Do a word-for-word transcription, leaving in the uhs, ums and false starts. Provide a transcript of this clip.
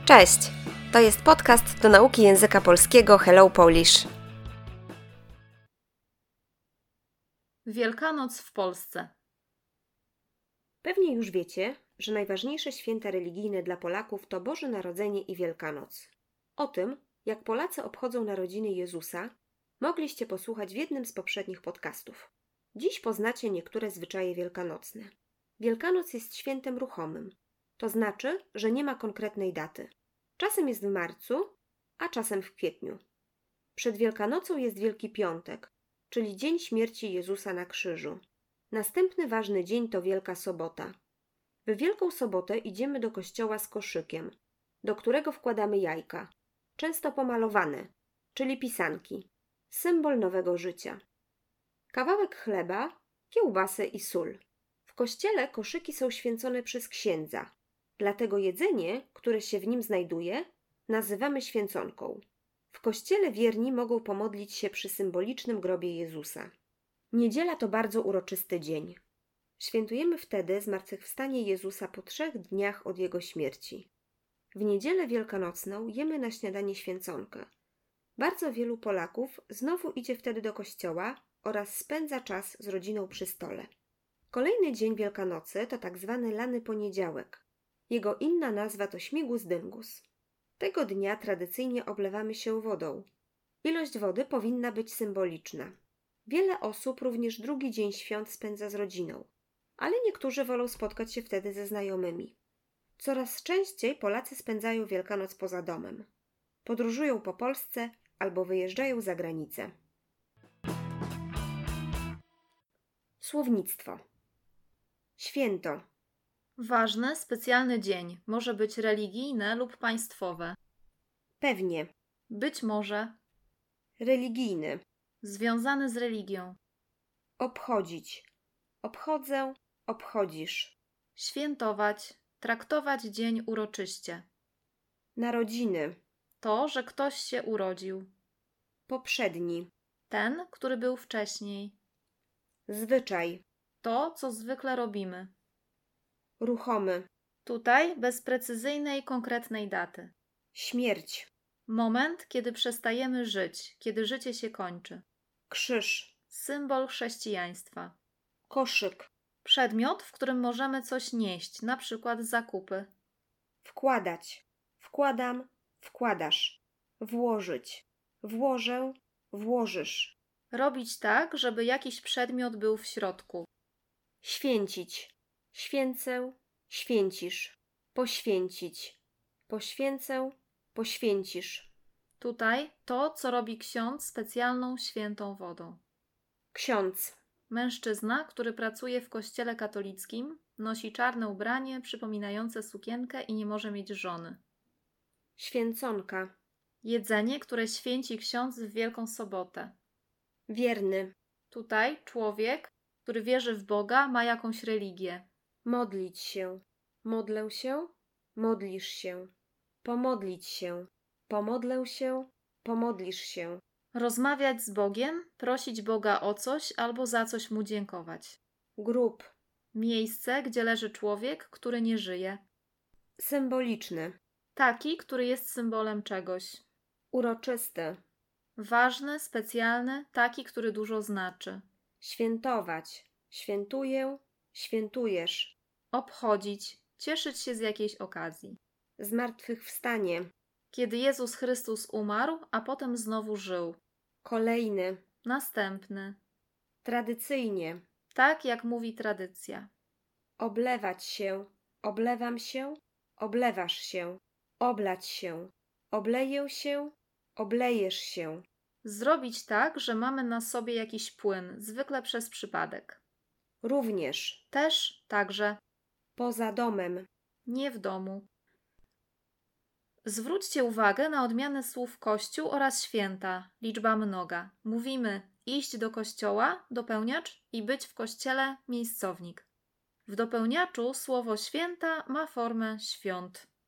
Cześć! To jest podcast do nauki języka polskiego Hello Polish. Wielkanoc w Polsce. Pewnie już wiecie, że najważniejsze święta religijne dla Polaków to Boże Narodzenie i Wielkanoc. O tym, jak Polacy obchodzą narodziny Jezusa, mogliście posłuchać w jednym z poprzednich podcastów. Dziś poznacie niektóre zwyczaje wielkanocne. Wielkanoc jest świętem ruchomym. To znaczy, że nie ma konkretnej daty. Czasem jest w marcu, a czasem w kwietniu. Przed Wielkanocą jest Wielki Piątek, czyli dzień śmierci Jezusa na krzyżu. Następny ważny dzień to Wielka Sobota. W Wielką Sobotę idziemy do kościoła z koszykiem, do którego wkładamy jajka, często pomalowane, czyli pisanki, symbol nowego życia. Kawałek chleba, kiełbasę i sól. W kościele koszyki są święcone przez księdza, dlatego jedzenie, które się w nim znajduje, nazywamy święconką. W kościele wierni mogą pomodlić się przy symbolicznym grobie Jezusa. Niedziela to bardzo uroczysty dzień. Świętujemy wtedy zmartwychwstanie Jezusa po trzech dniach od Jego śmierci. W niedzielę wielkanocną jemy na śniadanie święconkę. Bardzo wielu Polaków znowu idzie wtedy do kościoła oraz spędza czas z rodziną przy stole. Kolejny dzień Wielkanocy to tak zwany lany poniedziałek. Jego inna nazwa to śmigus dyngus. Tego dnia tradycyjnie oblewamy się wodą. Ilość wody powinna być symboliczna. Wiele osób również drugi dzień świąt spędza z rodziną, ale niektórzy wolą spotkać się wtedy ze znajomymi. Coraz częściej Polacy spędzają Wielkanoc poza domem. Podróżują po Polsce albo wyjeżdżają za granicę. Słownictwo. Święto. Ważny, specjalny dzień. Może być religijne lub państwowe. Pewnie. Być może. Religijny. Związany z religią. Obchodzić. Obchodzę, obchodzisz. Świętować. Traktować dzień uroczyście. Narodziny. To, że ktoś się urodził. Poprzedni. Ten, który był wcześniej. Zwyczaj. To, co zwykle robimy. Ruchomy. Tutaj bez precyzyjnej, konkretnej daty. Śmierć. Moment, kiedy przestajemy żyć, kiedy życie się kończy. Krzyż. Symbol chrześcijaństwa. Koszyk. Przedmiot, w którym możemy coś nieść, na przykład zakupy. Wkładać. Wkładam, wkładasz. Włożyć. Włożę, włożysz. Robić tak, żeby jakiś przedmiot był w środku. Święcić. Święcę, święcisz. Poświęcić. Poświęcę, poświęcisz. Tutaj to, co robi ksiądz specjalną świętą wodą. Ksiądz. Mężczyzna, który pracuje w kościele katolickim, nosi czarne ubranie przypominające sukienkę i nie może mieć żony. Święconka. Jedzenie, które święci ksiądz w Wielką Sobotę. Wierny. Tutaj człowiek, który wierzy w Boga, ma jakąś religię. Modlić się. Modlę się, modlisz się. Pomodlić się. Pomodlę się, pomodlisz się. Rozmawiać z Bogiem, prosić Boga o coś albo za coś Mu dziękować. Grób. Miejsce, gdzie leży człowiek, który nie żyje. Symboliczny. Taki, który jest symbolem czegoś. Uroczysty. Ważny, specjalny, taki, który dużo znaczy. Świętować. Świętuję, świętujesz. Obchodzić, cieszyć się z jakiejś okazji. Zmartwychwstanie. Kiedy Jezus Chrystus umarł, a potem znowu żył. Kolejny. Następny. Tradycyjnie. Tak jak mówi tradycja. Oblewać się. Oblewam się. Oblewasz się. Oblać się. Obleję się. Oblejesz się. Zrobić tak, że mamy na sobie jakiś płyn, zwykle przez przypadek. Również. Też, także. Poza domem. Nie w domu. Zwróćcie uwagę na odmianę słów kościół oraz święta, liczba mnoga. Mówimy iść do kościoła, dopełniacz, i być w kościele, miejscownik. W dopełniaczu słowo święta ma formę świąt.